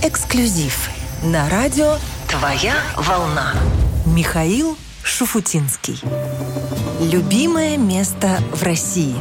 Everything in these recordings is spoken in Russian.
Эксклюзив на радио «Твоя волна». Михаил Шуфутинский. Любимое место в России.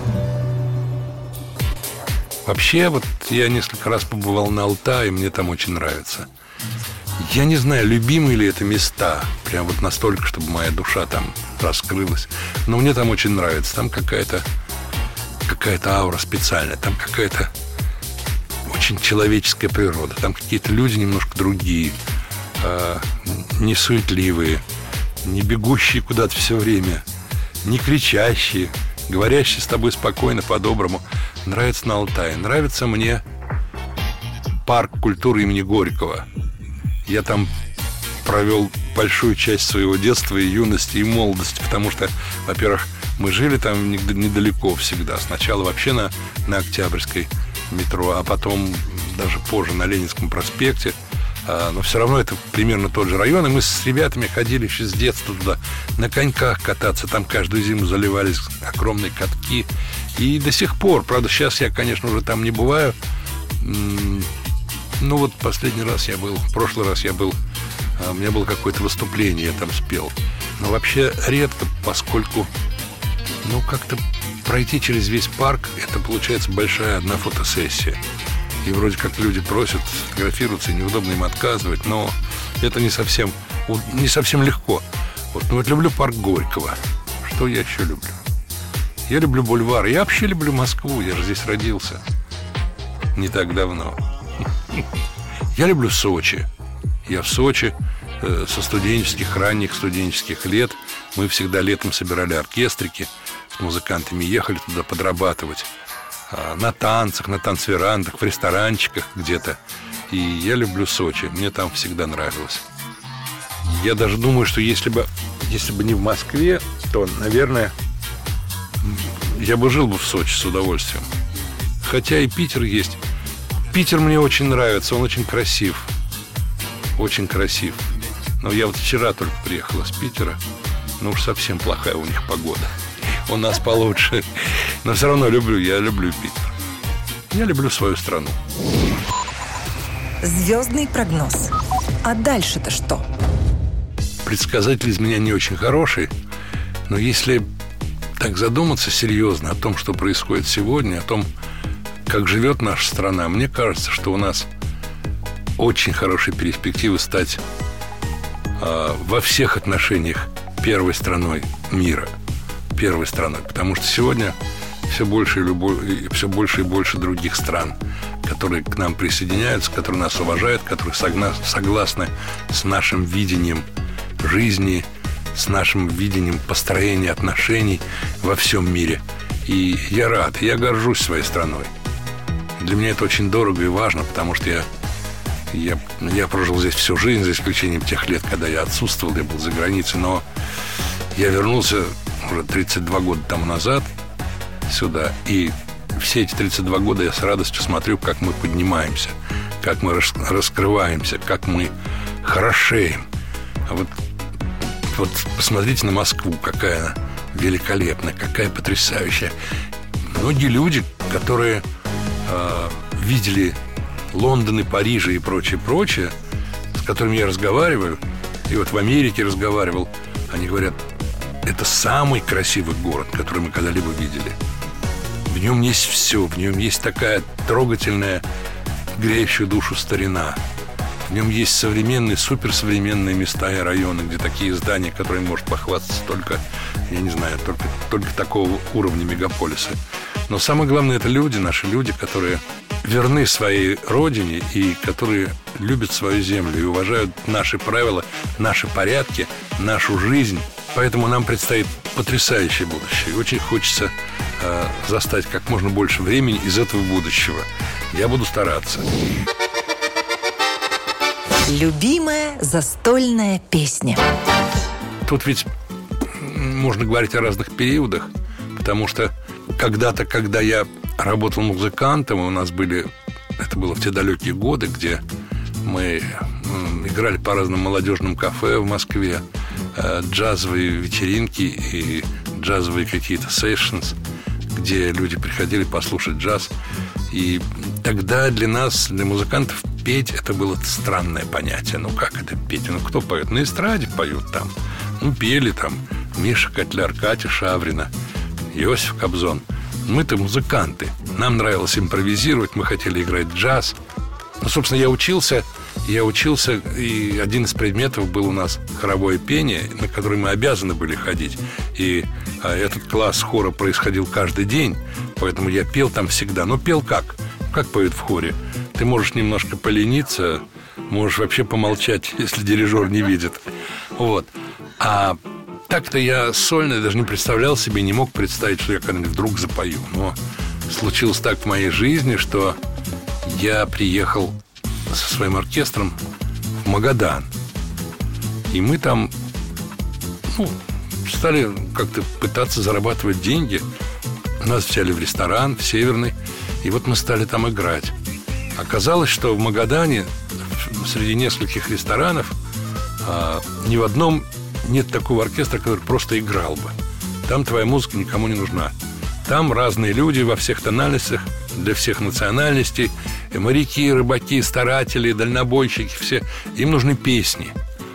Вообще, вот я несколько раз побывал на Алтае, мне там очень нравится. Я не знаю, любимые ли это места, прям вот настолько, чтобы моя душа там раскрылась. Но мне там очень нравится. Там какая-то аура специальная, там какая-то очень человеческая природа. Там какие-то люди немножко другие, не суетливые, не бегущие куда-то все время, не кричащие, говорящие с тобой спокойно, по-доброму. Нравится на Алтае. Нравится мне парк культуры имени Горького. Я там провел большую часть своего детства и юности, и молодости, потому что, во-первых, мы жили там недалеко всегда. Сначала вообще на Октябрьской метро, а потом даже позже на Ленинском проспекте. Но все равно это примерно тот же район. И мы с ребятами ходили еще с детства туда на коньках кататься. Там каждую зиму заливались огромные катки. И до сих пор, правда, сейчас я, конечно, уже там не бываю. Ну вот последний раз я был, в прошлый раз я был, у меня было какое-то выступление, я там спел. Но вообще редко, поскольку, как-то пройти через весь парк, это получается большая одна фотосессия. И вроде как люди просят фотографироваться, и неудобно им отказывать, но это не совсем легко. Вот люблю парк Горького. Что я еще люблю? Я люблю бульвар. Я вообще люблю Москву, я же здесь родился не так давно. Я люблю Сочи. Я в Сочи со ранних студенческих лет. Мы всегда летом собирали оркестрики с музыкантами, ехали туда подрабатывать на танцах, на танцверандах, в ресторанчиках где-то. И я люблю Сочи. Мне там всегда нравилось. Я даже думаю, что если бы не в Москве, то, наверное, я бы жил в Сочи с удовольствием. Хотя и Питер есть. Питер мне очень нравится, он очень красив. Очень красив. Но я вот вчера только приехал из Питера. Уж совсем плохая у них погода. У нас получше. Но все равно я люблю Питер. Я люблю свою страну. Звездный прогноз. А дальше-то что? Предсказатель из меня не очень хороший. Но если так задуматься серьезно о том, что происходит сегодня, о том, как живет наша страна, мне кажется, что у нас очень хорошие перспективы стать во всех отношениях первой страной мира. Первой страной. Потому что сегодня все больше и больше других стран, которые к нам присоединяются, которые нас уважают, которые согласны с нашим видением жизни, с нашим видением построения отношений во всем мире. И я рад, я горжусь своей страной. Для меня это очень дорого и важно, потому что я прожил здесь всю жизнь, за исключением тех лет, когда я отсутствовал, я был за границей, но я вернулся уже 32 года тому назад сюда, и все эти 32 года я с радостью смотрю, как мы поднимаемся, как мы раскрываемся, как мы хорошеем. А вот посмотрите на Москву, какая она великолепная, какая потрясающая. Многие люди, которые видели Лондон и Париж и прочее, с которыми я разговариваю, и вот в Америке разговаривал, они говорят, это самый красивый город, который мы когда-либо видели. В нем есть все, в нем есть такая трогательная, греющая душу старина. В нем есть современные, суперсовременные места и районы, где такие здания, которыми может похвастаться только, я не знаю, только такого уровня мегаполиса. Но самое главное, это люди, наши люди, которые верны своей родине и которые любят свою землю и уважают наши правила, наши порядки, нашу жизнь. Поэтому нам предстоит потрясающее будущее. И очень хочется застать как можно больше времени из этого будущего. Я буду стараться. Любимая застольная песня. Тут ведь можно говорить о разных периодах, потому что когда-то, когда я работал музыкантом, у нас это было в те далекие годы, где мы играли по разным молодежным кафе в Москве, джазовые вечеринки и джазовые какие-то сессионс, где люди приходили послушать джаз. И тогда для нас, для музыкантов, петь — это было странное понятие. Ну, как это петь? Ну, кто поет? На эстраде поют там. Ну, пели там Миша Котляр, Катя Шаврина, Иосиф Кобзон. Мы-то музыканты. Нам нравилось импровизировать, мы хотели играть джаз. Ну, собственно, я учился, и один из предметов был у нас хоровое пение, на который мы обязаны были ходить. И этот класс хора происходил каждый день, поэтому я пел там всегда. Но пел как? Как поют в хоре? Ты можешь немножко полениться, можешь вообще помолчать, если дирижер не видит. Вот. А так-то я сольно даже не представлял себе, не мог представить, что я когда-нибудь вдруг запою. Но случилось так в моей жизни, что я приехал со своим оркестром в Магадан. И мы там, стали как-то пытаться зарабатывать деньги. Нас взяли в ресторан, в Северный. И вот мы стали там играть. Оказалось, что в Магадане среди нескольких ресторанов ни в одном нет такого оркестра, который просто играл бы. Там твоя музыка никому не нужна. Там разные люди во всех тональностях, для всех национальностей. И моряки, рыбаки, старатели, дальнобойщики, все. Им нужны песни.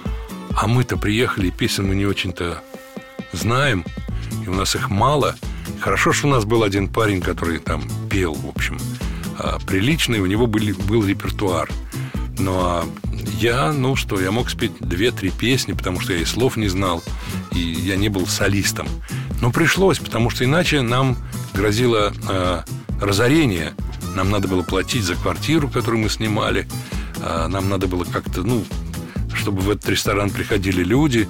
А мы-то приехали, и песен мы не очень-то знаем. И у нас их мало. Хорошо, что у нас был один парень, который там пел, в общем, приличный. У него был репертуар. Но я мог спеть 2-3 песни, потому что я и слов не знал, и я не был солистом. Но пришлось, потому что иначе нам грозило разорение. Нам надо было платить за квартиру, которую мы снимали. Нам надо было как-то, чтобы в этот ресторан приходили люди.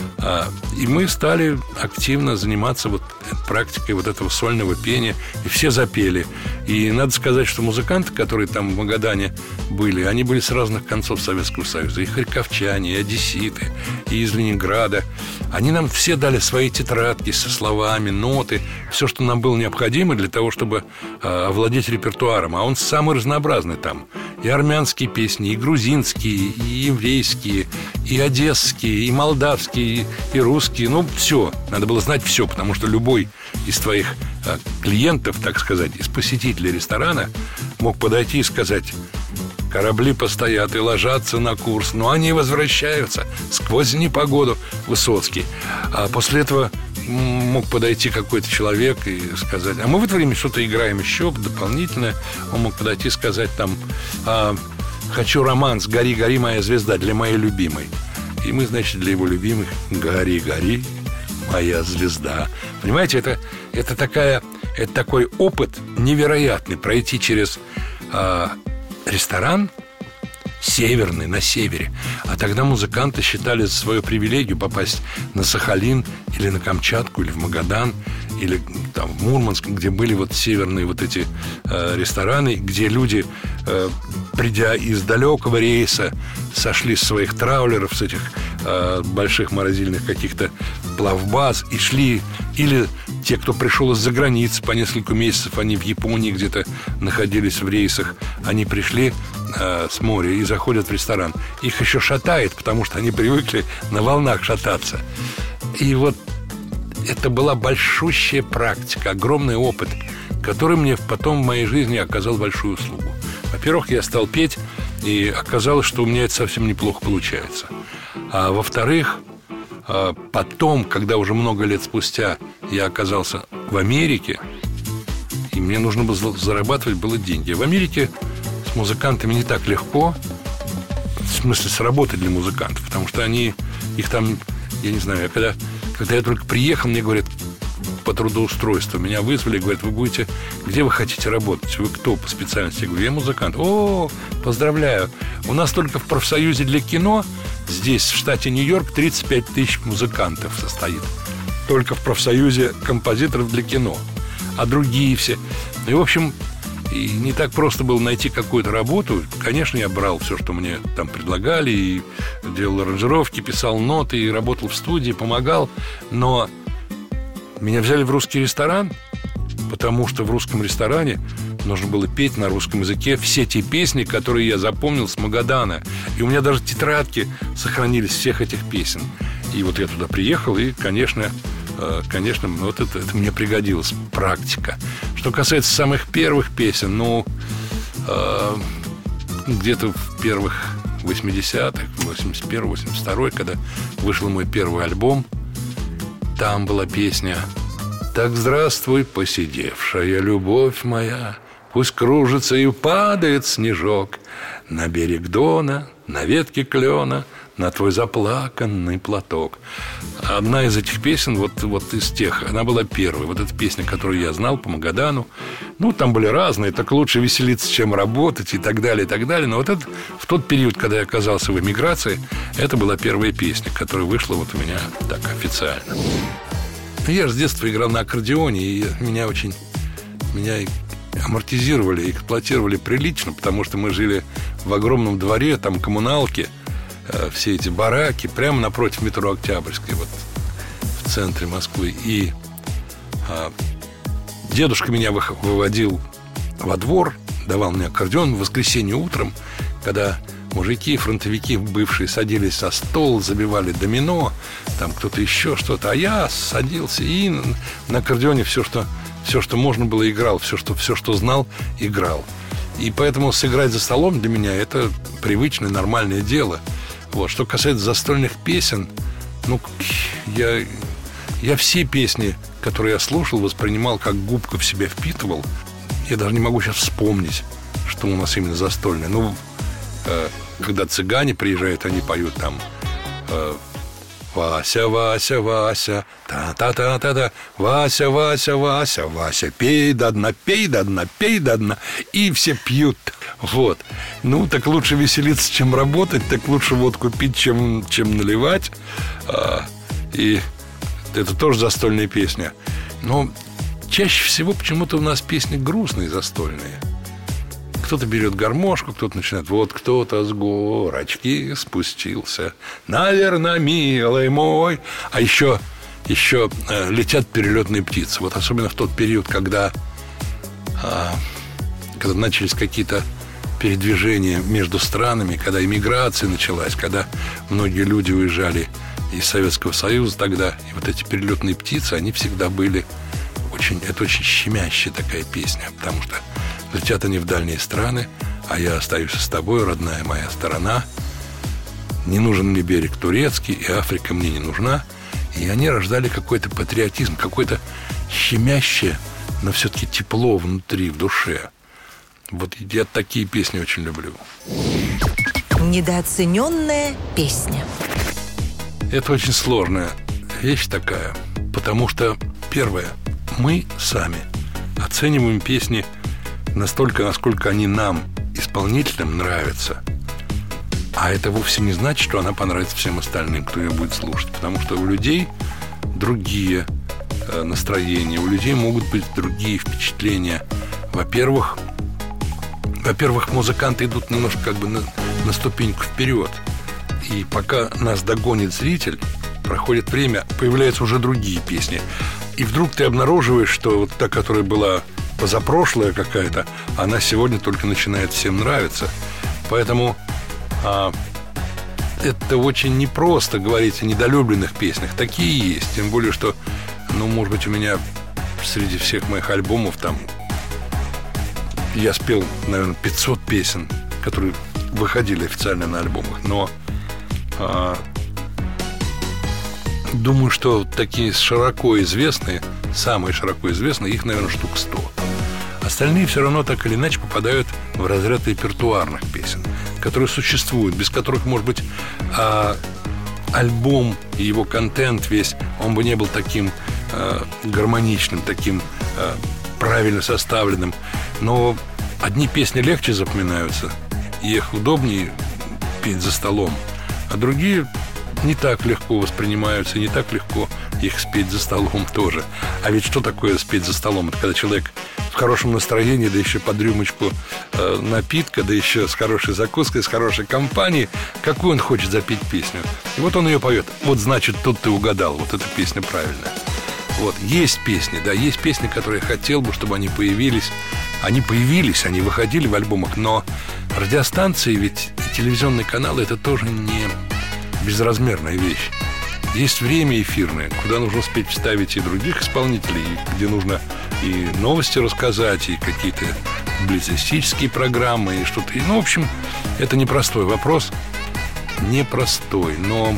И мы стали активно заниматься практикой этого сольного пения. И все запели. И надо сказать, что музыканты, которые там в Магадане были, они были с разных концов Советского Союза. И харьковчане, и одесситы, и из Ленинграда. Они нам все дали свои тетрадки со словами, ноты. Все, что нам было необходимо для того, чтобы овладеть репертуаром. А он самый разнообразный там. И армянские песни, и грузинские, и еврейские, и одесские, и молдавские, и русские. Все. Надо было знать все, потому что любой из твоих клиентов, так сказать, из посетителей ресторана мог подойти и сказать: корабли постоят и ложатся на курс, но они возвращаются сквозь непогоду. Высоцкий. А после этого мог подойти какой-то человек и сказать: а мы в это время что-то играем еще дополнительное. Он мог подойти и сказать там: хочу романс «Гори, гори, моя звезда» для моей любимой. И мы, значит, для его любимых «Гори, гори, моя звезда». Понимаете, это такой опыт невероятный. Пройти через ресторан Северный, на севере. А тогда музыканты считали за свою привилегию попасть на Сахалин или на Камчатку, или в Магадан, или там в Мурманск, где были северные эти рестораны, где люди, придя из далекого рейса, сошли с своих траулеров, с этих больших морозильных каких-то плавбаз и шли. Или те, кто пришел из-за границы, по несколько месяцев они в Японии где-то находились в рейсах, они пришли с моря и заходят в ресторан. Их еще шатает, потому что они привыкли на волнах шататься. И это была большущая практика, огромный опыт, который мне потом в моей жизни оказал большую услугу. Во-первых, я стал петь, и оказалось, что у меня это совсем неплохо получается. А во-вторых, потом, когда уже много лет спустя я оказался в Америке, и мне нужно было зарабатывать деньги. В Америке с музыкантами не так легко, в смысле сработать для музыкантов, потому что их там, я не знаю, когда я только приехал, мне говорят, по трудоустройству меня вызвали, говорят: где вы хотите работать? Вы кто по специальности? Я говорю: я музыкант. О, поздравляю. У нас только в профсоюзе для кино здесь, в штате Нью-Йорк, 35 тысяч музыкантов состоит. Только в профсоюзе композиторов для кино. А другие все. И, в общем, и не так просто было найти какую-то работу. Конечно, я брал все, что мне там предлагали, и делал аранжировки, писал ноты, и работал в студии, помогал. Но меня взяли в русский ресторан, потому что в русском ресторане нужно было петь на русском языке все те песни, которые я запомнил с Магадана. И у меня даже тетрадки сохранились всех этих песен. И я туда приехал, и, конечно, это мне пригодилась практика. Что касается самых первых песен, где-то в первых 80-х, 81-й, 82-й, когда вышел мой первый альбом, там была песня «Так здравствуй, поседевшая любовь моя, пусть кружится и падает снежок на берег Дона, на ветке клена, на твой заплаканный платок». Одна из этих песен, вот из тех, она была первой. Вот эта песня, которую я знал по Магадану. Ну, там были разные, так лучше веселиться, чем работать, и так далее, и так далее. Но вот это, в тот период, когда я оказался в эмиграции, это была первая песня, которая вышла вот у меня так официально. Я же с детства играл на аккордеоне, и меня амортизировали, эксплуатировали прилично, потому что мы жили в огромном дворе, там коммуналки, все эти бараки, прямо напротив метро Октябрьской, вот в центре Москвы. И дедушка меня выводил во двор, давал мне аккордеон в воскресенье утром, когда мужики, фронтовики бывшие садились за стол, забивали домино, там кто-то еще что-то, а я садился и на аккордеоне все, что можно было, играл, все, что знал, играл. И поэтому сыграть за столом для меня это привычное, нормальное дело. Вот. Что касается застольных песен, ну, я все песни, которые я слушал, воспринимал как губка в себя впитывал. Я даже не могу сейчас вспомнить, что у нас именно застольное. Ну, когда цыгане приезжают, они поют там «Вася, Вася, Вася, та-та-та-та-та, Вася, Вася, Вася, Вася, пей до дна, пей до дна, пей до дна». И все пьют. Вот. Ну, так лучше веселиться, чем работать, так лучше водку пить, чем наливать. И это тоже застольная песня. Но чаще всего почему-то у нас песни грустные, застольные. Кто-то берет гармошку, кто-то начинает: вот кто-то с горочки спустился, наверное, милый мой. А еще летят перелетные птицы. Вот особенно в тот период, когда начались какие-то передвижения между странами, когда иммиграция началась, когда многие люди уезжали из Советского Союза тогда. И вот эти перелетные птицы, они всегда были это очень щемящая такая песня, потому что летят они в дальние страны, а я остаюсь с тобой, родная моя сторона. Не нужен мне берег турецкий, и Африка мне не нужна. И они рождали какой-то патриотизм, какое-то щемящее, но все-таки тепло внутри, в душе. Вот я такие песни очень люблю. Недооцененная песня. Это очень сложная вещь такая, потому что, первое, мы сами оцениваем песни настолько, насколько они нам, исполнителям, нравятся. А это вовсе не значит, что она понравится всем остальным, кто ее будет слушать. Потому что у людей другие настроения, у людей могут быть другие впечатления. Во-первых, музыканты идут немножко как бы на ступеньку вперед. И пока нас догонит зритель, проходит время, появляются уже другие песни. И вдруг ты обнаруживаешь, что вот та, которая была позапрошлая какая-то, она сегодня только начинает всем нравиться. Поэтому это очень непросто говорить о недолюбленных песнях. Такие есть. Тем более, что, может быть, у меня среди всех моих альбомов там я спел, наверное, 500 песен, которые выходили официально на альбомах. Но думаю, что такие широко известные, самые широко известные, их, наверное, штук 100. Остальные все равно так или иначе попадают в разряд репертуарных песен, которые существуют, без которых, может быть, альбом и его контент весь, он бы не был таким гармоничным, таким правильно составленным. Но одни песни легче запоминаются, и их удобнее петь за столом, а другие не так легко воспринимаются, не так легко их спеть за столом тоже. А ведь что такое спеть за столом? Это когда человек в хорошем настроении, да еще под рюмочку напитка, да еще с хорошей закуской, с хорошей компанией. Какую он хочет запеть песню? И вот он ее поет. Вот значит, тут ты угадал. Вот эта песня правильная. Вот, есть песни, да, есть песни, которые я хотел бы, чтобы они появились. Они появились, они выходили в альбомах, но радиостанции ведь и телевизионные каналы — это тоже не безразмерная вещь. Есть время эфирное, куда нужно успеть вставить и других исполнителей, где нужно и новости рассказать, и какие-то публицистические программы и что-то. Ну, в общем, это непростой вопрос. Непростой, но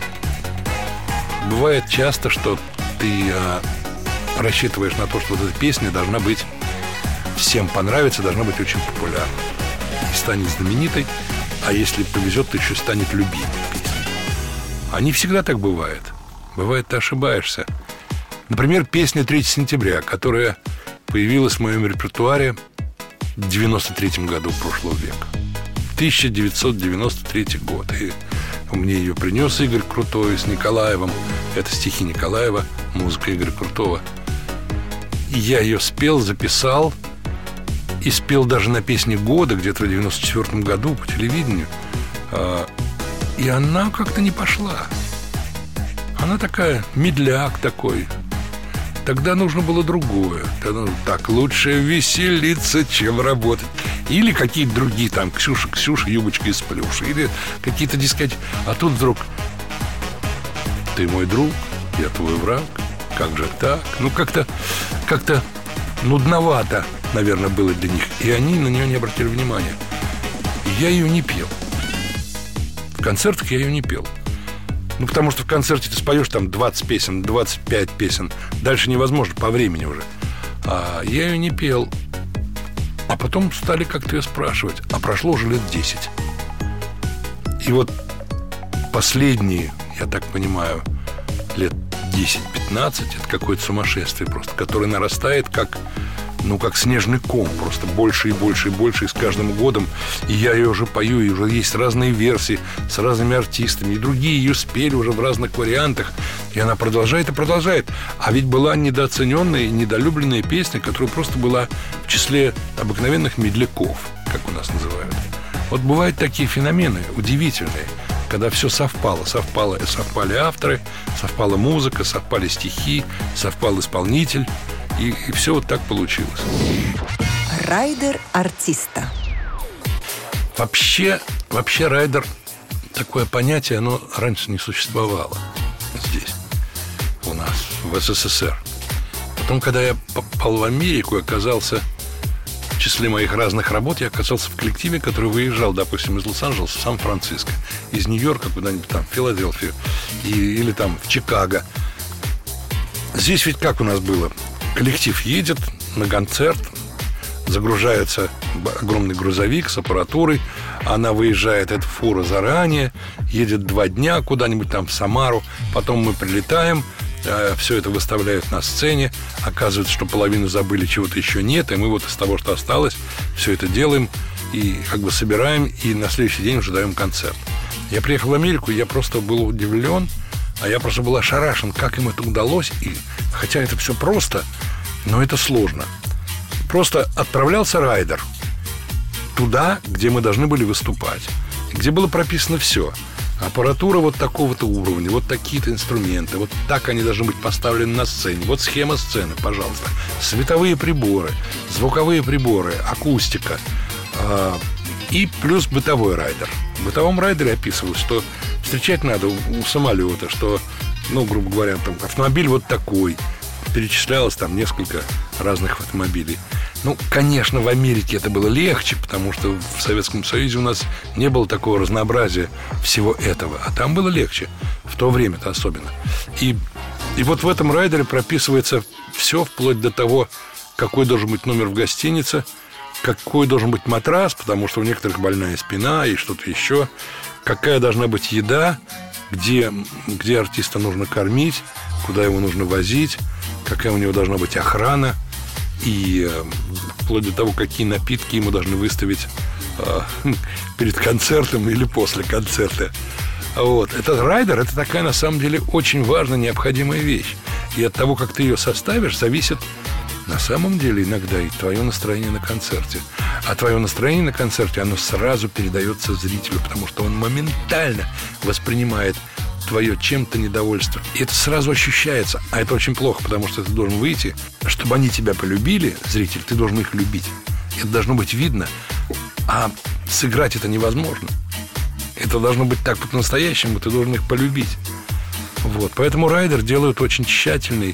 бывает часто, что ты рассчитываешь на то, что вот эта песня должна быть всем понравится, должна быть очень популярной и станет знаменитой, а если повезет, то еще станет любимой песней. А не всегда так бывает. Бывает, ты ошибаешься. Например, песня «3 сентября», которая появилась в моем репертуаре в 93-м году прошлого века. 1993 год. И мне ее принес Игорь Крутой с Николаевым. Это стихи Николаева, музыка Игоря Крутого. И я ее спел, записал и спел даже на песне года, где-то в 94 году по телевидению. И она как-то не пошла. Она такая, медляк такой. Тогда нужно было другое. Тогда, так, лучше веселиться, чем работать. Или какие-то другие, там, Ксюша, юбочка из плюша. Или какие-то дискотеки. А тут вдруг: ты мой друг, я твой враг. Как же так? Ну, как-то нудновато, наверное, было для них. И они на нее не обратили внимания. И я ее не пел. В концертах я ее не пел. Ну, потому что в концерте ты споешь там 20 песен, 25 песен. Дальше невозможно по времени уже. А я ее не пел. А потом стали как-то ее спрашивать. А прошло уже лет 10. И вот последние, я так понимаю, лет 10-15, это какое-то сумасшествие просто, которое нарастает как снежный ком, просто больше и больше и больше, и с каждым годом. И я ее уже пою, и уже есть разные версии с разными артистами, и другие ее спели уже в разных вариантах, и она продолжает и продолжает. А ведь была недооцененная и недолюбленная песня, которая просто была в числе обыкновенных медляков, как у нас называют. Вот бывают такие феномены удивительные, когда все совпало. Совпали авторы, совпала музыка, совпали стихи, совпал исполнитель. И все вот так получилось. Райдер артиста. Вообще райдер, такое понятие, оно раньше не существовало здесь, у нас, в СССР. Потом, когда я попал в Америку, оказался в числе моих разных работ, я оказался в коллективе, который выезжал, допустим, из Лос-Анджелеса в Сан-Франциско, из Нью-Йорка куда-нибудь там, в Филадельфию или там в Чикаго. Здесь ведь как у нас было? Коллектив едет на концерт, загружается огромный грузовик с аппаратурой, она выезжает, эта фура, заранее, едет 2 дня куда-нибудь там в Самару, потом мы прилетаем, все это выставляют на сцене, оказывается, что половину забыли, чего-то еще нет, и мы вот из того, что осталось, все это делаем и как бы собираем, и на следующий день уже даем концерт. Я приехал в Америку, я просто был удивлен, а я просто был ошарашен, как им это удалось. И хотя это все просто, но это сложно. Просто отправлялся райдер туда, где мы должны были выступать, где было прописано все. Аппаратура вот такого-то уровня, вот такие-то инструменты, вот так они должны быть поставлены на сцене, вот схема сцены, пожалуйста, световые приборы, звуковые приборы, акустика, и плюс бытовой райдер. В бытовом райдере описывалось, что встречать надо у самолета, что, грубо говоря, там автомобиль вот такой. Перечислялось там несколько разных автомобилей. Конечно, в Америке это было легче, потому что в Советском Союзе у нас не было такого разнообразия всего этого. А там было легче, в то время-то особенно. И вот в этом райдере прописывается все, вплоть до того, какой должен быть номер в гостинице, какой должен быть матрас, потому что у некоторых больная спина и что-то еще, какая должна быть еда, где артиста нужно кормить, куда его нужно возить, какая у него должна быть охрана, и вплоть до того, какие напитки ему должны выставить перед концертом или после концерта. Вот. Этот райдер – это такая, на самом деле, очень важная, необходимая вещь. И от того, как ты ее составишь, зависит на самом деле иногда и твое настроение на концерте. А твое настроение на концерте, оно сразу передается зрителю, потому что он моментально воспринимает твое чем-то недовольство. И это сразу ощущается. А это очень плохо, потому что ты должен выйти. Чтобы они тебя полюбили, зритель, ты должен их любить. Это должно быть видно. А сыграть это невозможно. Это должно быть так по-настоящему. Ты должен их полюбить. Вот. Поэтому райдер делают очень тщательный,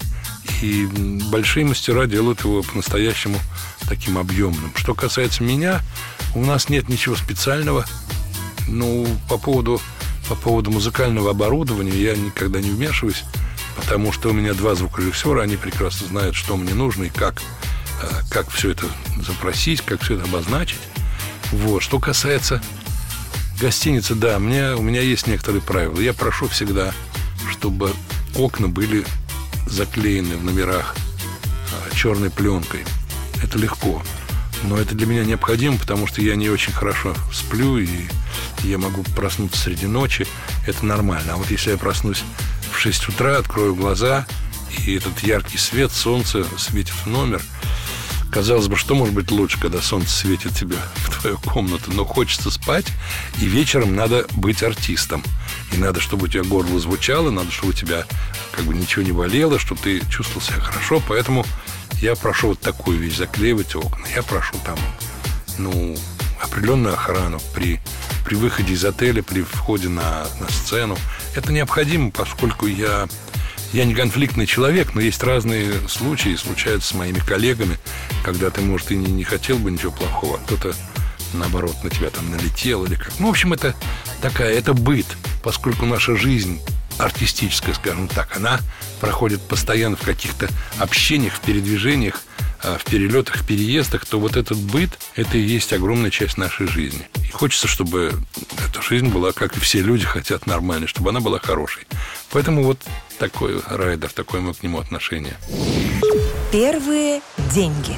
И большие мастера делают его по-настоящему таким объемным. Что касается меня, у нас нет ничего специального. Ну, по поводу музыкального оборудования я никогда не вмешиваюсь, потому что у меня 2 звукорежиссера, они прекрасно знают, что мне нужно и как все это запросить, как все это обозначить. Вот. Что касается гостиницы, да, у меня есть некоторые правила. Я прошу всегда, чтобы окна были заклеены в номерах черной пленкой. Это легко. Но это для меня необходимо, потому что я не очень хорошо сплю, и я могу проснуться среди ночи. Это нормально. А вот если я проснусь в 6 утра, открою глаза, и этот яркий свет, солнце светит в номер, казалось бы, что может быть лучше, когда солнце светит тебе в твою комнату? Но хочется спать, и вечером надо быть артистом. И надо, чтобы у тебя горло звучало, надо, чтобы у тебя как бы ничего не болело, чтобы ты чувствовал себя хорошо. Поэтому я прошу вот такую вещь: заклеивать окна. Я прошу там, определенную охрану при выходе из отеля, при входе на сцену. Это необходимо, поскольку я не конфликтный человек, но есть разные случаи, случаются с моими коллегами, когда ты, может, и не хотел бы ничего плохого, а кто-то, наоборот, на тебя там налетел или как. Ну, в общем, это быт, поскольку наша жизнь артистическая, скажем так, она проходит постоянно в каких-то общениях, в передвижениях, в перелетах, в переездах, то вот этот быт, это и есть огромная часть нашей жизни. И хочется, чтобы эта жизнь была, как и все люди хотят, нормальной, чтобы она была хорошей. Поэтому вот такой райдер, такое мое к нему отношение. Первые деньги.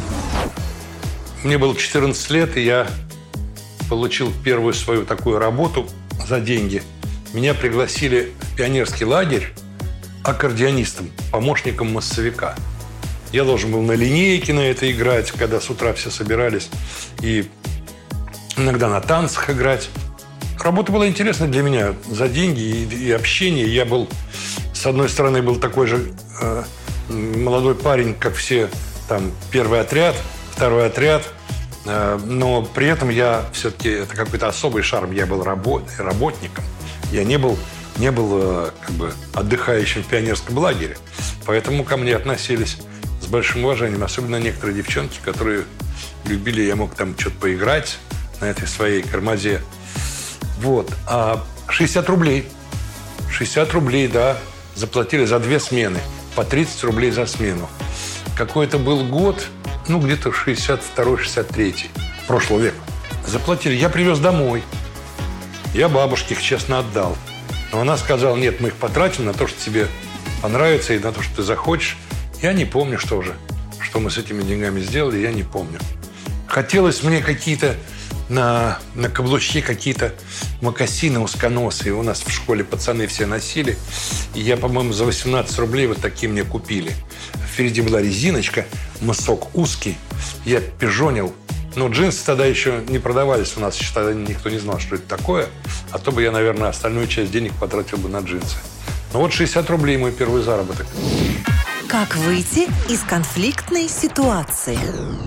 Мне было 14 лет, и я получил первую свою такую работу за деньги. Меня пригласили в пионерский лагерь аккордеонистом, помощником массовика. Я должен был на линейке на это играть, когда с утра все собирались, и иногда на танцах играть. Работа была интересна для меня за деньги и общение. Я был, с одной стороны, был такой же молодой парень, как все, там, первый отряд, второй отряд, но при этом я все-таки, это какой-то особый шарм, я был работником. Я не был как бы отдыхающим в пионерском лагере. Поэтому ко мне относились с большим уважением. Особенно некоторые девчонки, которые любили, я мог там что-то поиграть на этой своей кармазе. Вот. А 60 рублей. 60 рублей, да, заплатили за 2 смены. По 30 рублей за смену. Какой-то был год, где-то 62-63 прошлого века. Заплатили. Я привез домой. Я бабушке их честно отдал. Но она сказала: нет, мы их потратим на то, что тебе понравится, и на то, что ты захочешь. Я не помню, что мы с этими деньгами сделали, я не помню. Хотелось мне какие-то на каблучке какие-то мокасины узконосые. У нас в школе пацаны все носили. И я, по-моему, за 18 рублей вот такие мне купили. Впереди была резиночка, мысок узкий. Я пижонил. Но джинсы тогда еще не продавались у нас. Еще тогда никто не знал, что это такое. А то бы я, наверное, остальную часть денег потратил бы на джинсы. Но вот 60 рублей мой первый заработок. Как выйти из конфликтной ситуации?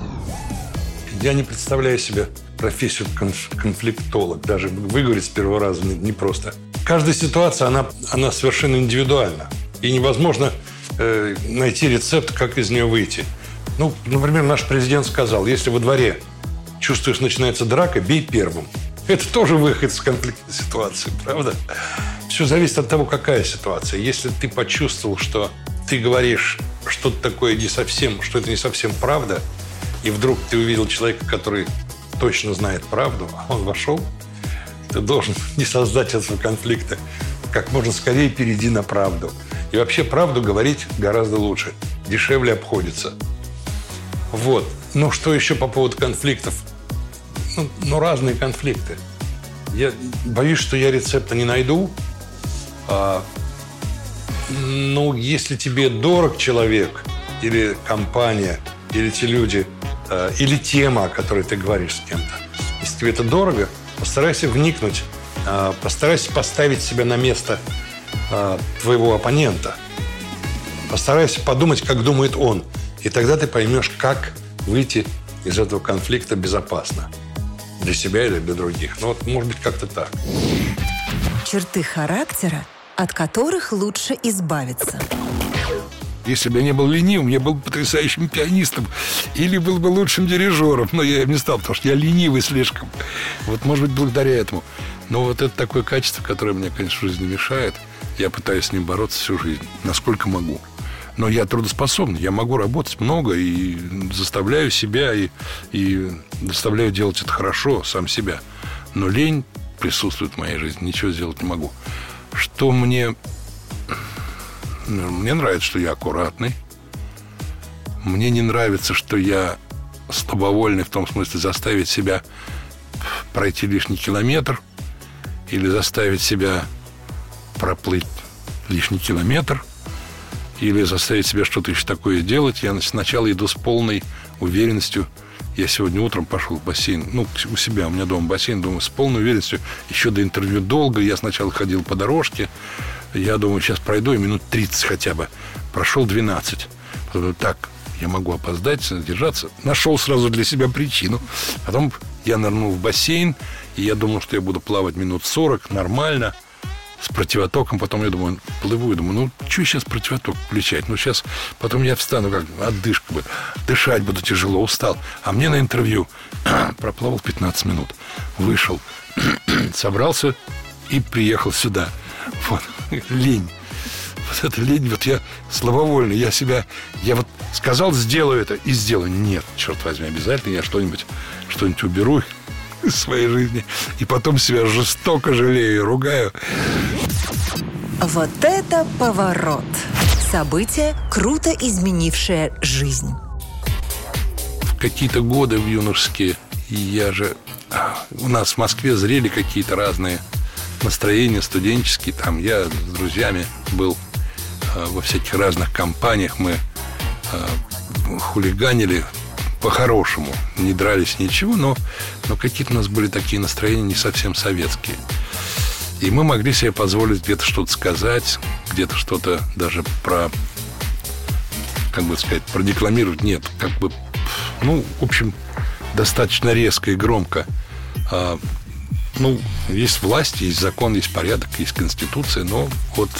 Я не представляю себе профессию конфликтолог. Даже выговорить с первого раза непросто. Каждая ситуация, она совершенно индивидуальна. И невозможно найти рецепт, как из нее выйти. Например, наш президент сказал: если во дворе чувствуешь, начинается драка, бей первым. Это тоже выход из конфликтной ситуации, правда? Все зависит от того, какая ситуация. Если ты почувствовал, что ты говоришь что-то такое что это не совсем правда, и вдруг ты увидел человека, который точно знает правду, а он вошел, ты должен не создать этого конфликта. Как можно скорее перейди на правду. И вообще правду говорить гораздо лучше. Дешевле обходится. Вот. Что еще по поводу конфликтов? Разные конфликты. Я боюсь, что я рецепта не найду. Если тебе дорог человек, или компания, или те люди, или тема, о которой ты говоришь с кем-то, если тебе это дорого, постарайся вникнуть, постарайся поставить себя на место твоего оппонента. Постарайся подумать, как думает он. И тогда ты поймешь, как выйти из этого конфликта безопасно. Для себя или для других. Может быть, как-то так. Черты характера, от которых лучше избавиться. Если бы я не был ленивым, я был бы потрясающим пианистом или был бы лучшим дирижером. Но я им не стал, потому что я ленивый слишком. Вот, может быть, благодаря этому. Но вот это такое качество, которое мне, конечно, в жизни мешает. Я пытаюсь с ним бороться всю жизнь, насколько могу. Но я трудоспособный, я могу работать много и заставляю себя, и заставляю делать это хорошо, сам себя. Но лень присутствует в моей жизни, ничего сделать не могу. Что мне... Мне нравится, что я аккуратный. Мне не нравится, что я слабовольный, в том смысле заставить себя пройти лишний километр или заставить себя проплыть лишний километр или заставить себя что-то еще такое делать. Я сначала иду с полной уверенностью. Я сегодня утром пошел в бассейн. У себя, у меня дома бассейн. Думаю, с полной уверенностью. Еще до интервью долго. Я сначала ходил по дорожке. Я думаю, сейчас пройду и минут 30 хотя бы. Прошел 12. Потом, так, я могу опоздать, задержаться. Нашел сразу для себя причину. Потом я нырнул в бассейн. И я думал, что я буду плавать минут 40. Нормально. С противотоком, потом я думаю, плыву и думаю, что сейчас противоток включать? Сейчас, потом я встану, как отдышка будет, дышать буду тяжело, устал. А мне на интервью проплавал 15 минут, вышел, собрался и приехал сюда. Вот, лень. Вот это лень, вот я слабовольный, я вот сказал, сделаю это, и сделаю. Нет, черт возьми, обязательно я что-нибудь уберу из своей жизни. И потом себя жестоко жалею и ругаю. Вот это поворот! Событие, круто изменившее жизнь. В какие-то годы в юношеские у нас в Москве зрели какие-то разные настроения студенческие. Там я с друзьями был во всяких разных компаниях. Мы хулиганили по-хорошему, не дрались, ничего, но какие-то у нас были такие настроения не совсем советские. И мы могли себе позволить где-то что-то сказать, где-то что-то даже продекламировать. Нет, в общем, достаточно резко и громко. Есть власть, есть закон, есть порядок, есть конституция, но вот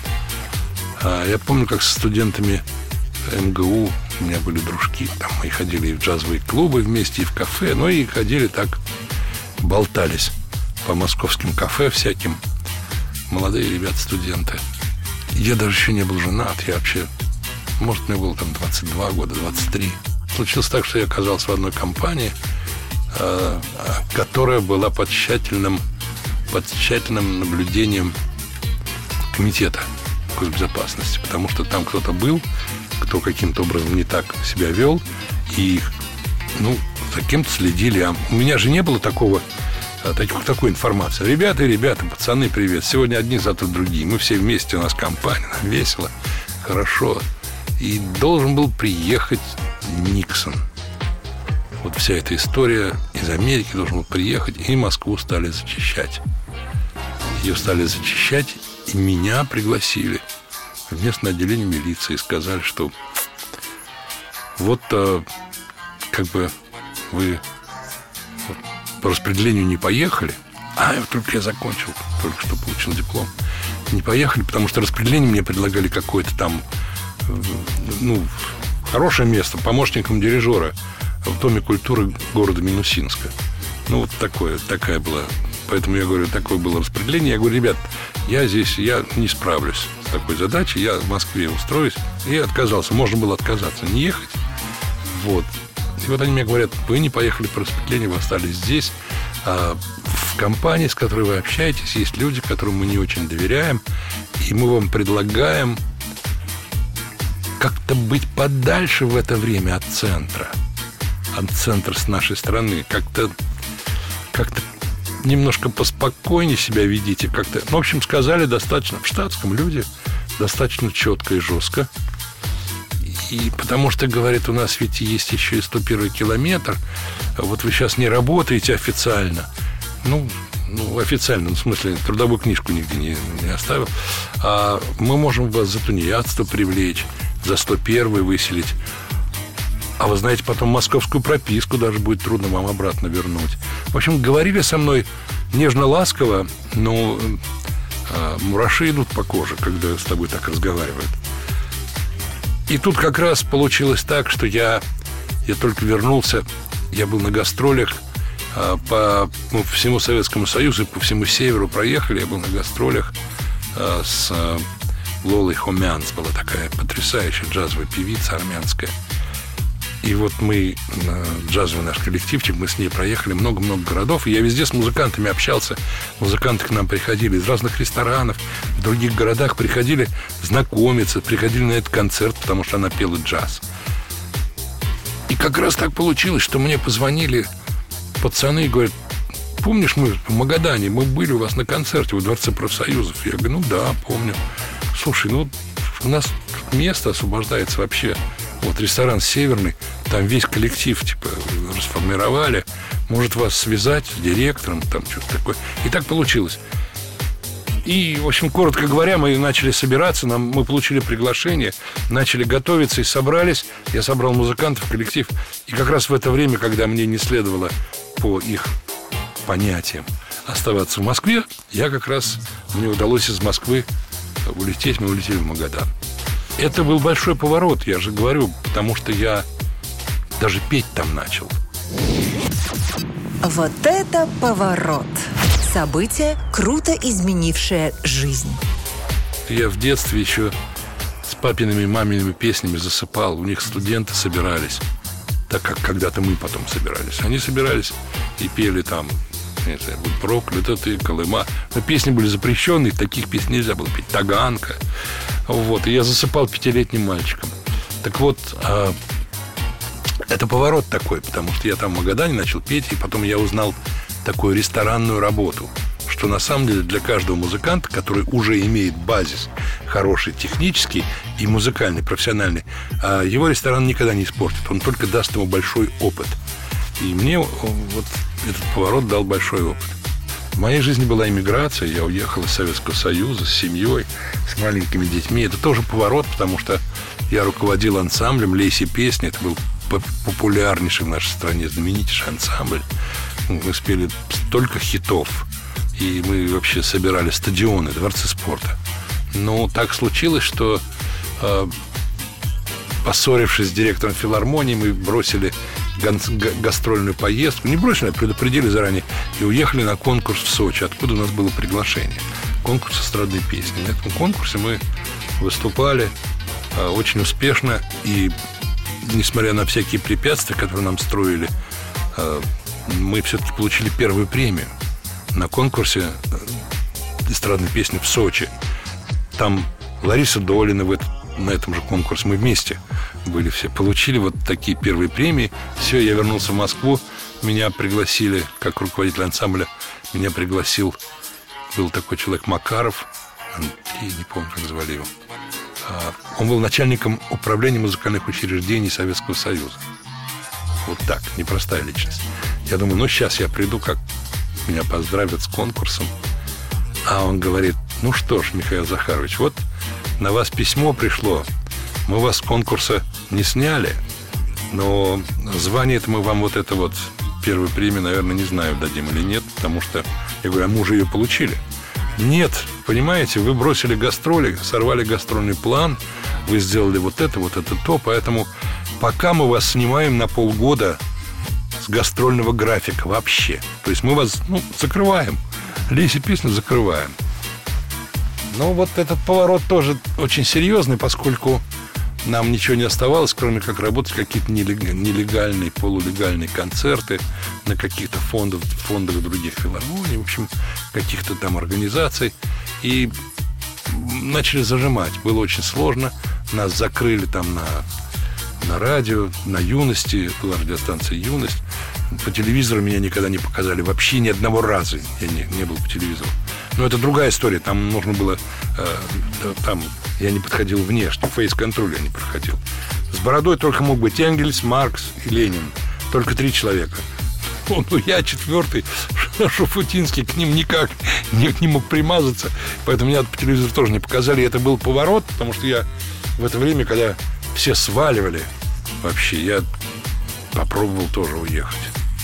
я помню, как со студентами МГУ у меня были дружки, там мы ходили и в джазовые клубы вместе, и в кафе, и ходили так, болтались по московским кафе всяким, молодые ребята-студенты. Я даже еще не был женат, я вообще, может, мне было там 22 года, 23. Случилось так, что я оказался в одной компании, которая была под тщательным наблюдением комитета госбезопасности, потому что там кто-то был, кто каким-то образом не так себя вел, и за кем-то следили. А у меня же не было такой информации. Ребята, пацаны, привет. Сегодня одни, завтра другие. Мы все вместе, у нас компания, нам весело, хорошо. И должен был приехать Никсон. Вот вся эта история из Америки должен был приехать, и Москву стали зачищать. Ее стали зачищать, и меня пригласили в местное отделение милиции и сказали, что вот вы по распределению не поехали. Только я закончил, только что получил диплом. Не поехали, потому что распределение мне предлагали какое-то там хорошее место помощником дирижера в Доме культуры города Минусинска. Такая была. Поэтому я говорю, такое было распределение. Я говорю, ребят, я не справлюсь с такой задачей. Я в Москве устроюсь. И я отказался. Можно было отказаться, не ехать. Вот. И вот они мне говорят, вы не поехали по распределению, вы остались здесь. А в компании, с которой вы общаетесь, есть люди, которым мы не очень доверяем. И мы вам предлагаем как-то быть подальше в это время от центра. От центра с нашей стороны. Как-то немножко поспокойнее себя ведите. В общем, сказали достаточно в штатском люди, достаточно четко и жестко. И потому что, говорит, у нас ведь есть еще и 101 километр. Вот вы сейчас не работаете официально. Официально, в смысле, трудовую книжку нигде не оставил. А мы можем вас за тунеядство привлечь, за 101 выселить. А вы знаете, потом московскую прописку даже будет трудно вам обратно вернуть. В общем, говорили со мной нежно-ласково, но мураши идут по коже, когда с тобой так разговаривают. И тут как раз получилось так, что я только вернулся, я был на гастролях по всему Советскому Союзу, по всему северу проехали. Я был на гастролях с Лолой Хомянц, была такая потрясающая джазовая певица армянская. И вот мы, джазовый наш коллективчик, мы с ней проехали много-много городов. И я везде с музыкантами общался. Музыканты к нам приходили из разных ресторанов, в других городах приходили знакомиться, приходили на этот концерт, потому что она пела джаз. И как раз так получилось, что мне позвонили пацаны и говорят: помнишь, мы в Магадане, мы были у вас на концерте во Дворце профсоюзов? Я говорю: ну да, помню. Слушай, ну у нас место освобождается вообще. Вот ресторан «Северный», там весь коллектив типа расформировали. Может, вас связать с директором, там что-то такое. И так получилось. И, в общем, коротко говоря, мы начали собираться, мы получили приглашение, начали готовиться и собрались. Я собрал музыкантов, коллектив. И как раз в это время, когда мне не следовало по их понятиям оставаться в Москве, мне удалось из Москвы улететь, мы улетели в Магадан. Это был большой поворот, я же говорю, потому что я даже петь там начал. Вот это поворот! Событие, круто изменившее жизнь. Я в детстве еще с папиными и мамиными песнями засыпал. У них студенты собирались, так как когда-то мы потом собирались. Они собирались и пели там, не знаю, «Будь проклята ты, Колыма». Но песни были запрещенные, таких песен нельзя было петь. «Таганка». Вот, и я засыпал 5-летним мальчиком. Так вот, это поворот такой, потому что я там в Магадане начал петь, и потом я узнал такую ресторанную работу, что на самом деле для каждого музыканта, который уже имеет базис хороший, технический и музыкальный, профессиональный, его ресторан никогда не испортит, он только даст ему большой опыт. И мне вот этот поворот дал большой опыт. В моей жизни была эмиграция, я уехал из Советского Союза с семьей, с маленькими детьми. Это тоже поворот, потому что я руководил ансамблем «Лейся песни». Это был популярнейший в нашей стране, знаменитейший ансамбль. Мы спели столько хитов, и мы вообще собирали стадионы, дворцы спорта. Но так случилось, что, поссорившись с директором филармонии, мы бросили гастрольную поездку. Не бросили, а предупредили заранее. И уехали на конкурс в Сочи, откуда у нас было приглашение. Конкурс эстрадной песни. На этом конкурсе мы выступали очень успешно. И несмотря на всякие препятствия, которые нам строили, мы все-таки получили первую премию на конкурсе эстрадной песни в Сочи. Там Лариса Долина на этом же конкурсе. Мы вместе были все. Получили вот такие первые премии. Все, я вернулся в Москву. Меня пригласили, как руководитель ансамбля, меня пригласил, был такой человек Макаров, Андрей, не помню, как звали его. Он был начальником управления музыкальных учреждений Советского Союза. Вот так, непростая личность. Я думаю, ну сейчас я приду, как меня поздравят с конкурсом. А он говорит: ну что ж, Михаил Захарович, вот на вас письмо пришло. Мы вас с конкурса не сняли, но звание-то мы вам вот это вот первую премию, наверное, не знаю, дадим или нет, потому что, я говорю, а мы уже ее получили. Нет, понимаете, вы бросили гастроли, сорвали гастрольный план, вы сделали вот это то, поэтому пока мы вас снимаем на полгода с гастрольного графика вообще. То есть мы вас, закрываем. «Лейся песню» закрываем. Но вот этот поворот тоже очень серьезный, поскольку нам ничего не оставалось, кроме как работать какие-то нелегальные, полулегальные концерты на каких-то фондах других филармоний, в общем, каких-то там организаций. И начали зажимать. Было очень сложно. Нас закрыли там на радио, на «Юности», была радиостанция «Юность». По телевизору меня никогда не показали. Вообще ни одного раза я не был по телевизору. Но это другая история. Там нужно было... там я не подходил внешне. Фейс-контроль я не проходил. С бородой только мог быть Энгельс, Маркс и Ленин. Только 3 человека. Я 4-й, Шуфутинский, к ним никак не мог примазаться. Поэтому меня по телевизору тоже не показали. И это был поворот, потому что я в это время, когда все сваливали вообще, я попробовал тоже уехать.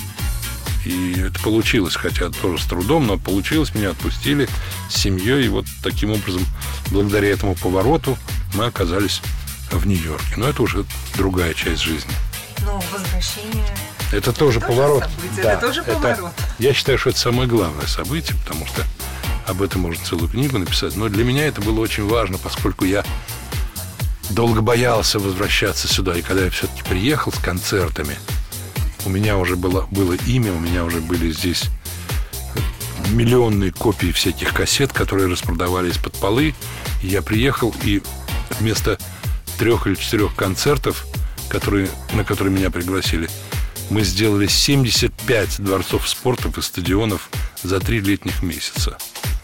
И это получилось, хотя тоже с трудом, но получилось, меня отпустили с семьей. И вот таким образом, благодаря этому повороту, мы оказались в Нью-Йорке. Но это уже другая часть жизни. Но возвращение... Это тоже поворот. Да, это тоже поворот. Я считаю, что это самое главное событие, потому что об этом можно целую книгу написать. Но для меня это было очень важно, поскольку я долго боялся возвращаться сюда. И когда я все-таки приехал с концертами, у меня уже было имя, у меня уже были здесь миллионные копии всяких кассет, которые распродавали из-под полы. И я приехал, и вместо 3 или 4 концертов, на которые меня пригласили, мы сделали 75 дворцов спорта и стадионов за 3 летних месяца.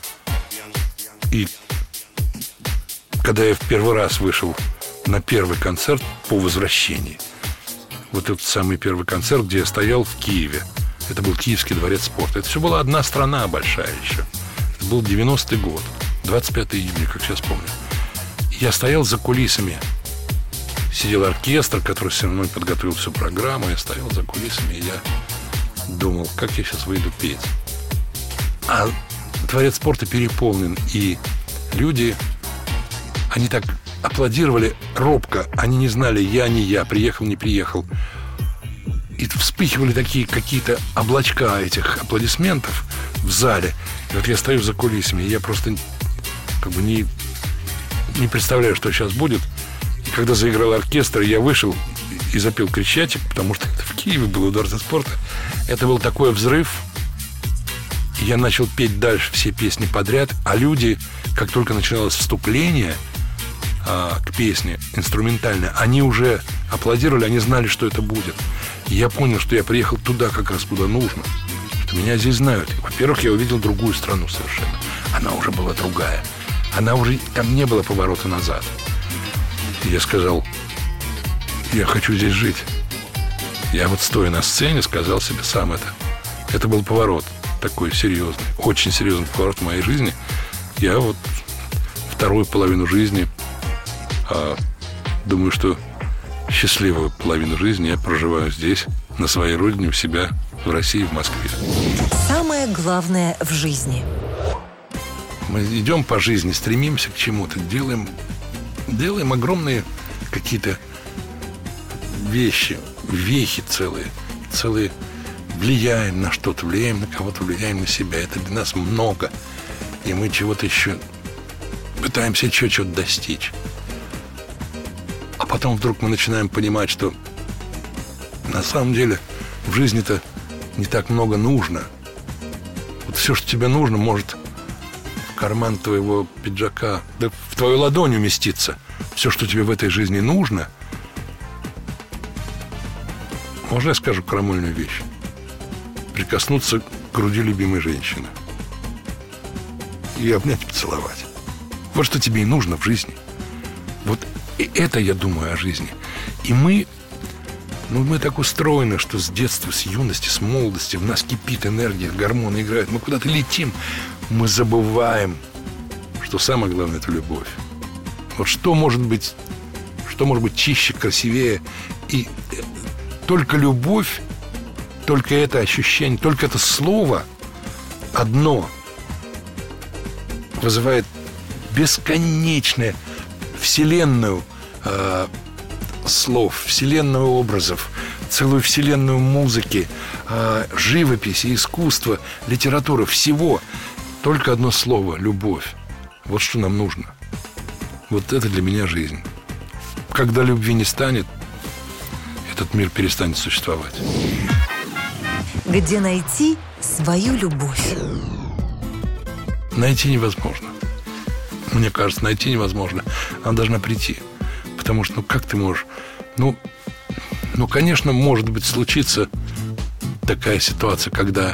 И когда я в первый раз вышел на первый концерт по возвращении, вот этот самый первый концерт, где я стоял в Киеве, это был Киевский дворец спорта. Это все была одна страна большая еще. Это был 90-й год, 25 июня, как сейчас помню. Я стоял за кулисами. Сидел оркестр, который со мной подготовил всю программу. Я стоял за кулисами, и я думал, как я сейчас выйду петь. А дворец спорта переполнен, и люди, они так аплодировали робко. Они не знали, я, не я, приехал, не приехал. И вспыхивали такие какие-то облачка этих аплодисментов в зале. И вот я стою за кулисами, и я просто не представляю, что сейчас будет. И когда заиграл оркестр, я вышел и запел «Крещатик», потому что это в Киеве был у Дворца спорта. Это был такой взрыв. И я начал петь дальше все песни подряд. А люди, как только начиналось вступление к песне инструментальной, они уже аплодировали, они знали, что это будет. И я понял, что я приехал туда, как раз куда нужно. Что меня здесь знают. Во-первых, я увидел другую страну совершенно. Она уже была другая. Там не было поворота назад. И я сказал, я хочу здесь жить. Я вот, стоя на сцене, сказал себе сам это. Это был поворот такой серьезный, очень серьезный поворот в моей жизни. Я вот вторую половину жизни, думаю, что счастливую половину жизни я проживаю здесь, на своей родине, у себя, в России, в Москве. Самое главное в жизни. Мы идем по жизни, стремимся к чему-то, делаем огромные какие-то вещи, вехи целые, влияем на что-то, влияем на кого-то, влияем на себя. Это для нас много. И мы чего-то еще пытаемся еще чего-то достичь. А потом вдруг мы начинаем понимать, что на самом деле в жизни-то не так много нужно. Вот все, что тебе нужно, может в карман твоего пиджака, да в твою ладонь уместиться. Все, что тебе в этой жизни нужно. Можно я скажу крамольную вещь? Прикоснуться к груди любимой женщины и обнять, поцеловать. Вот что тебе и нужно в жизни. Вот и это я думаю о жизни. И мы так устроены, что с детства, с юности, с молодости в нас кипит энергия, гормоны играют. Мы куда-то летим. Мы забываем, что самое главное – это любовь. Вот что может быть чище, красивее. И только любовь, только это ощущение, только это слово одно вызывает бесконечную вселенную слов, вселенную образов, целую вселенную музыки, живописи, искусства, литературы, всего. Только одно слово – любовь. Вот что нам нужно. Вот это для меня жизнь. Когда любви не станет, этот мир перестанет существовать. Где найти свою любовь? Найти невозможно. Мне кажется, найти невозможно. Она должна прийти. Потому что, как ты можешь... конечно, может быть, случится такая ситуация, когда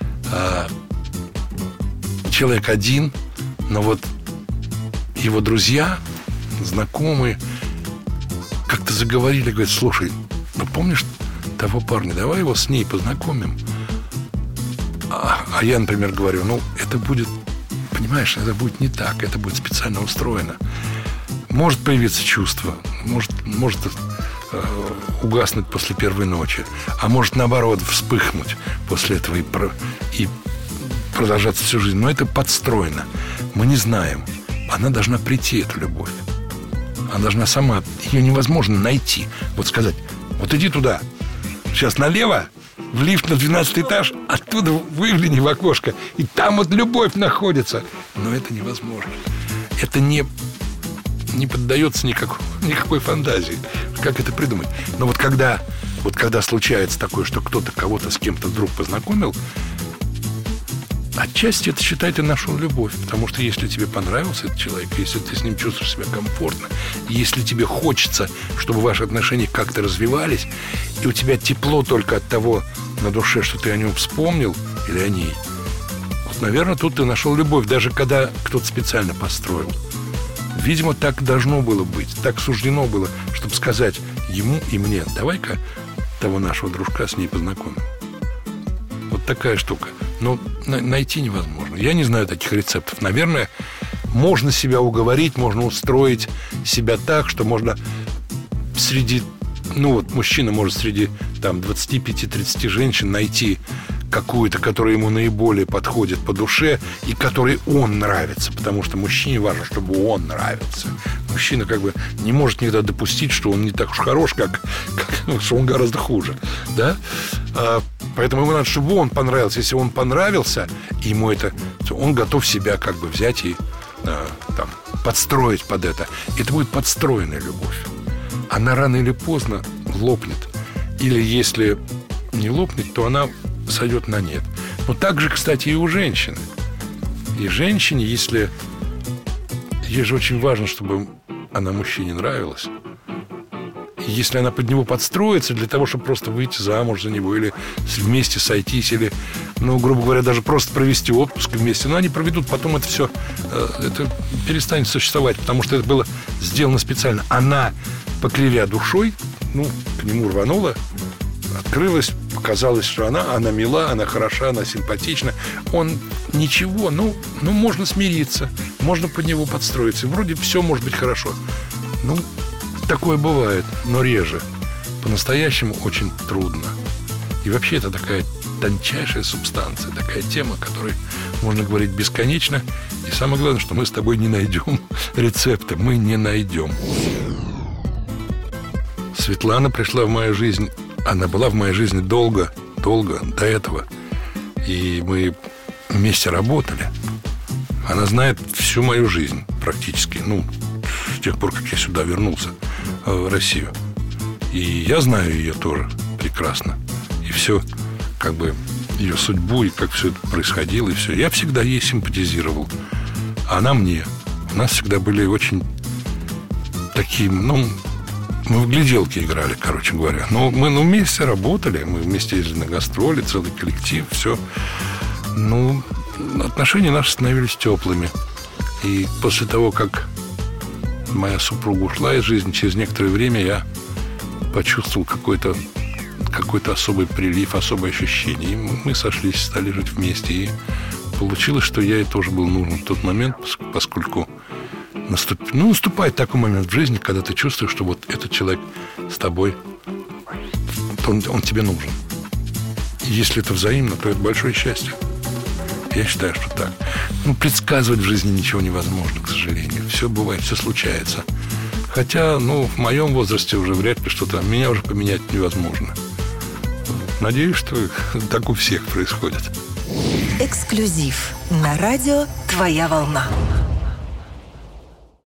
человек один, но вот его друзья, знакомые как-то заговорили, говорят: слушай, помнишь того парня, давай его с ней познакомим. А я, например, говорю, это будет, понимаешь, это будет не так, это будет специально устроено. Может появиться чувство, может угаснуть после первой ночи, а может, наоборот, вспыхнуть после этого и продолжаться всю жизнь. Но это подстроено. Мы не знаем. Она должна прийти, эта любовь. Она должна сама, ее невозможно найти. Вот сказать, вот иди туда, сейчас налево, в лифт на 12 этаж, оттуда выгляни в окошко, и там вот любовь находится. Но это невозможно. Это не поддается никакой фантазии. Как это придумать? Но вот когда случается такое, что кто-то кого-то с кем-то вдруг познакомил, отчасти это, считайте, нашу любовь. Потому что если тебе понравился этот человек, если ты с ним чувствуешь себя комфортно, если тебе хочется, чтобы ваши отношения как-то развивались, и у тебя тепло только от того на душе, что ты о нем вспомнил или о ней, вот, наверное, тут ты нашел любовь, даже когда кто-то специально построил. Видимо, так должно было быть, так суждено было, чтобы сказать ему и мне: давай-ка того нашего дружка с ней познакомим. Вот такая штука. Но найти невозможно. Я не знаю таких рецептов. Наверное, можно себя уговорить, можно устроить себя так, что можно среди... мужчина может среди 25-30 женщин найти какую-то, которая ему наиболее подходит по душе и которой он нравится. Потому что мужчине важно, чтобы он нравился. Мужчина не может никогда допустить, что он не так уж хорош, что он гораздо хуже. Да? Поэтому ему надо, чтобы он понравился. Если он понравился, ему это, то он готов себя взять и подстроить под это. Это будет подстроенная любовь. Она рано или поздно лопнет. Или если не лопнет, то она сойдет на нет. Но так же, кстати, и у женщины. И женщине, ей же очень важно, чтобы она мужчине нравилась. И если она под него подстроится для того, чтобы просто выйти замуж за него, или вместе сойтись, или, грубо говоря, даже просто провести отпуск вместе, но они проведут, потом это все это перестанет существовать, потому что это было сделано специально. Она, покривя душой, к нему рванула, открылась, показалось, что она мила, она хороша, она симпатична. Он ничего, можно смириться, можно под него подстроиться. И вроде все может быть хорошо. Такое бывает, но реже. По-настоящему очень трудно. И вообще это такая тончайшая субстанция, такая тема, о которой можно говорить бесконечно. И самое главное, что мы с тобой не найдем рецепта. Мы не найдем. Светлана пришла в мою жизнь. Она была в моей жизни долго до этого. И мы вместе работали. Она знает всю мою жизнь практически. С тех пор, как я сюда вернулся в Россию. И я знаю ее тоже прекрасно. И все, ее судьбу, и как все это происходило, и все. Я всегда ей симпатизировал. А она мне. У нас всегда были очень такие, мы в гляделки играли, короче говоря. Но мы вместе работали, мы вместе ездили на гастроли, целый коллектив, все. Отношения наши становились теплыми. И после того, как моя супруга ушла из жизни, через некоторое время я почувствовал какой-то особый прилив, особое ощущение. И мы сошлись, стали жить вместе. И получилось, что я ей тоже был нужен в тот момент, поскольку наступает такой момент в жизни, когда ты чувствуешь, что вот этот человек с тобой, он тебе нужен. И если это взаимно, то это большое счастье. Я считаю, что так. Предсказывать в жизни ничего невозможно, к сожалению. Все бывает, все случается. Хотя, в моем возрасте уже вряд ли что-то... Меня уже поменять невозможно. Надеюсь, что так у всех происходит. Эксклюзив на радио «Твоя волна».